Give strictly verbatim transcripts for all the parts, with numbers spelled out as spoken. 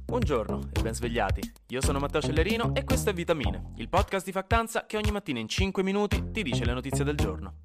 Buongiorno e ben svegliati. Io sono Matteo Cellerino e questo è Vitamine, il podcast di Factanza che ogni mattina in cinque minuti ti dice le notizie del giorno.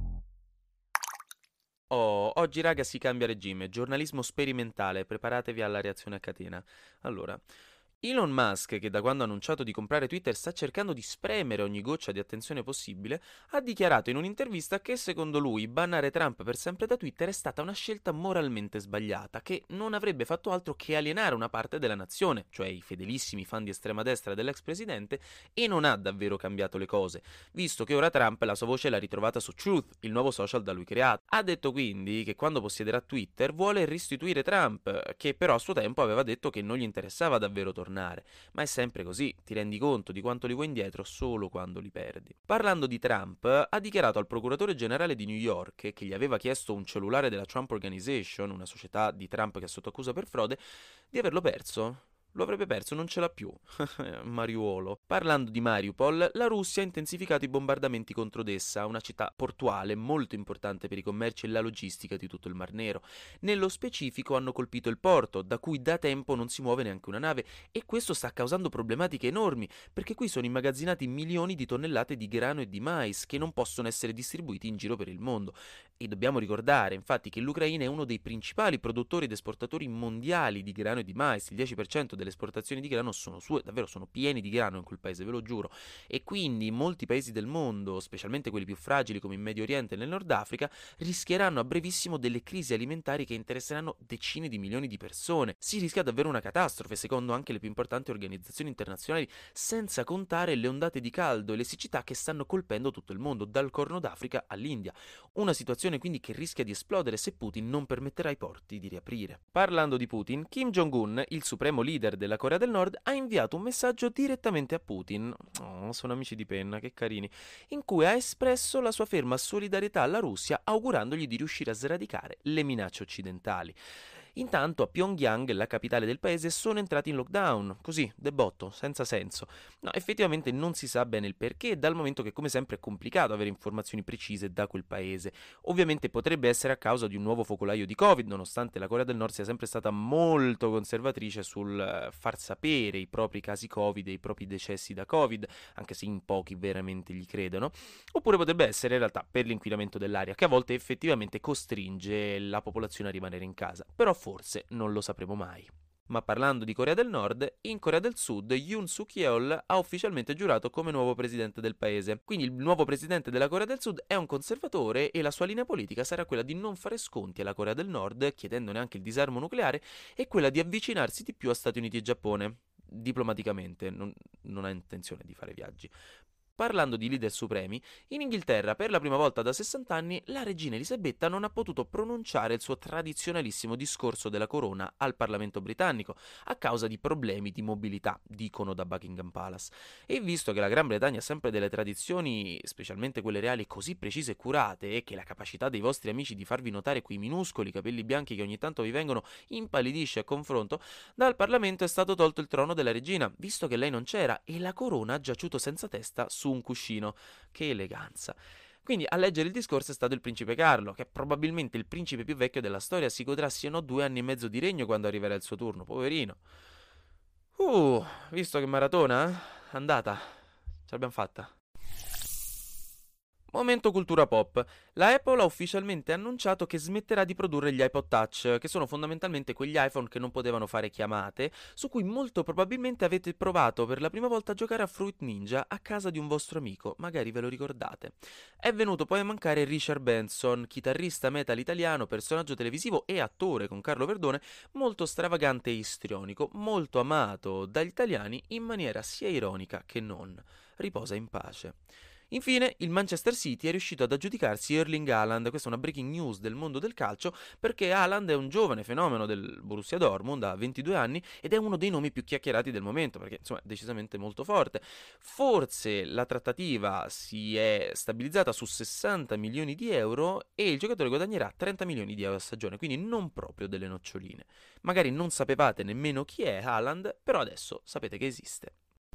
Oh, oggi raga si cambia regime, giornalismo sperimentale, preparatevi alla reazione a catena. Allora, Elon Musk, che da quando ha annunciato di comprare Twitter sta cercando di spremere ogni goccia di attenzione possibile, ha dichiarato in un'intervista che secondo lui bannare Trump per sempre da Twitter è stata una scelta moralmente sbagliata, che non avrebbe fatto altro che alienare una parte della nazione, cioè i fedelissimi fan di estrema destra dell'ex presidente, e non ha davvero cambiato le cose, visto che ora Trump la sua voce l'ha ritrovata su Truth, il nuovo social da lui creato. Ha detto quindi che quando possiederà Twitter vuole restituire Trump, che però a suo tempo aveva detto che non gli interessava davvero tornare. Ma è sempre così, ti rendi conto di quanto li vuoi indietro solo quando li perdi. Parlando di Trump, ha dichiarato al procuratore generale di New York, che gli aveva chiesto un cellulare della Trump Organization, una società di Trump che è sotto accusa per frode, di averlo perso. Lo avrebbe perso, non ce l'ha più. Mariuolo. Parlando di Mariupol, la Russia ha intensificato i bombardamenti contro Odessa, una città portuale molto importante per i commerci e la logistica di tutto il Mar Nero. Nello specifico hanno colpito il porto, da cui da tempo non si muove neanche una nave, e questo sta causando problematiche enormi, perché qui sono immagazzinati milioni di tonnellate di grano e di mais che non possono essere distribuiti in giro per il mondo. E dobbiamo ricordare, infatti, che l'Ucraina è uno dei principali produttori ed esportatori mondiali di grano e di mais, il dieci per cento delle esportazioni di grano sono sue, davvero sono pieni di grano in quel paese, ve lo giuro, e quindi molti paesi del mondo, specialmente quelli più fragili come in Medio Oriente e nel Nord Africa, rischieranno a brevissimo delle crisi alimentari che interesseranno decine di milioni di persone. Si rischia davvero una catastrofe, secondo anche le più importanti organizzazioni internazionali, senza contare le ondate di caldo e le siccità che stanno colpendo tutto il mondo, dal Corno d'Africa all'India. Una situazione quindi che rischia di esplodere se Putin non permetterà ai porti di riaprire. Parlando di Putin, Kim Jong-un, il supremo leader della Corea del Nord, ha inviato un messaggio direttamente a Putin, oh, sono amici di penna, che carini, in cui ha espresso la sua ferma solidarietà alla Russia, augurandogli di riuscire a sradicare le minacce occidentali. Intanto a Pyongyang, la capitale del paese, sono entrati in lockdown, così, de botto, senza senso. No, effettivamente non si sa bene il perché, dal momento che come sempre è complicato avere informazioni precise da quel paese. Ovviamente potrebbe essere a causa di un nuovo focolaio di Covid, nonostante la Corea del Nord sia sempre stata molto conservatrice sul far sapere i propri casi Covid e i propri decessi da Covid, anche se in pochi veramente gli credono. Oppure potrebbe essere in realtà per l'inquinamento dell'aria, che a volte effettivamente costringe la popolazione a rimanere in casa. Però forse non lo sapremo mai. Ma parlando di Corea del Nord, in Corea del Sud Yoon Suk-yeol ha ufficialmente giurato come nuovo presidente del paese. Quindi il nuovo presidente della Corea del Sud è un conservatore e la sua linea politica sarà quella di non fare sconti alla Corea del Nord, chiedendone anche il disarmo nucleare, e quella di avvicinarsi di più a Stati Uniti e Giappone. Diplomaticamente, non, non ha intenzione di fare viaggi. Parlando di leader supremi, in Inghilterra per la prima volta da sessanta anni la regina Elisabetta non ha potuto pronunciare il suo tradizionalissimo discorso della corona al Parlamento britannico a causa di problemi di mobilità, dicono da Buckingham Palace. E visto che la Gran Bretagna ha sempre delle tradizioni, specialmente quelle reali, così precise e curate, e che la capacità dei vostri amici di farvi notare quei minuscoli capelli bianchi che ogni tanto vi vengono impallidisce a confronto, dal Parlamento è stato tolto il trono della regina, visto che lei non c'era, e la corona ha giaciuto senza testa su un cuscino. Che eleganza. Quindi a leggere il discorso è stato il principe Carlo, che è probabilmente il principe più vecchio della storia, si godrà sì o no due anni e mezzo di regno quando arriverà il suo turno, poverino. Uh, visto che maratona? Andata. Ce l'abbiamo fatta. Momento cultura pop. La Apple ha ufficialmente annunciato che smetterà di produrre gli iPod Touch, che sono fondamentalmente quegli iPhone che non potevano fare chiamate, su cui molto probabilmente avete provato per la prima volta a giocare a Fruit Ninja a casa di un vostro amico, magari ve lo ricordate. È venuto poi a mancare Richard Benson, chitarrista metal italiano, personaggio televisivo e attore con Carlo Verdone, molto stravagante e istrionico, molto amato dagli italiani in maniera sia ironica che non. Riposa in pace. Infine, il Manchester City è riuscito ad aggiudicarsi Erling Haaland, questa è una breaking news del mondo del calcio, perché Haaland è un giovane fenomeno del Borussia Dortmund, ha ventidue anni, ed è uno dei nomi più chiacchierati del momento, perché insomma è decisamente molto forte. Forse la trattativa si è stabilizzata su sessanta milioni di euro e il giocatore guadagnerà trenta milioni di euro a stagione, quindi non proprio delle noccioline. Magari non sapevate nemmeno chi è Haaland, però adesso sapete che esiste.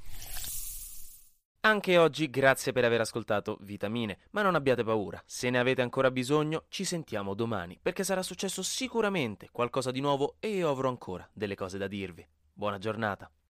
Anche oggi grazie per aver ascoltato Vitamine, ma non abbiate paura, se ne avete ancora bisogno ci sentiamo domani, perché sarà successo sicuramente qualcosa di nuovo e io avrò ancora delle cose da dirvi. Buona giornata.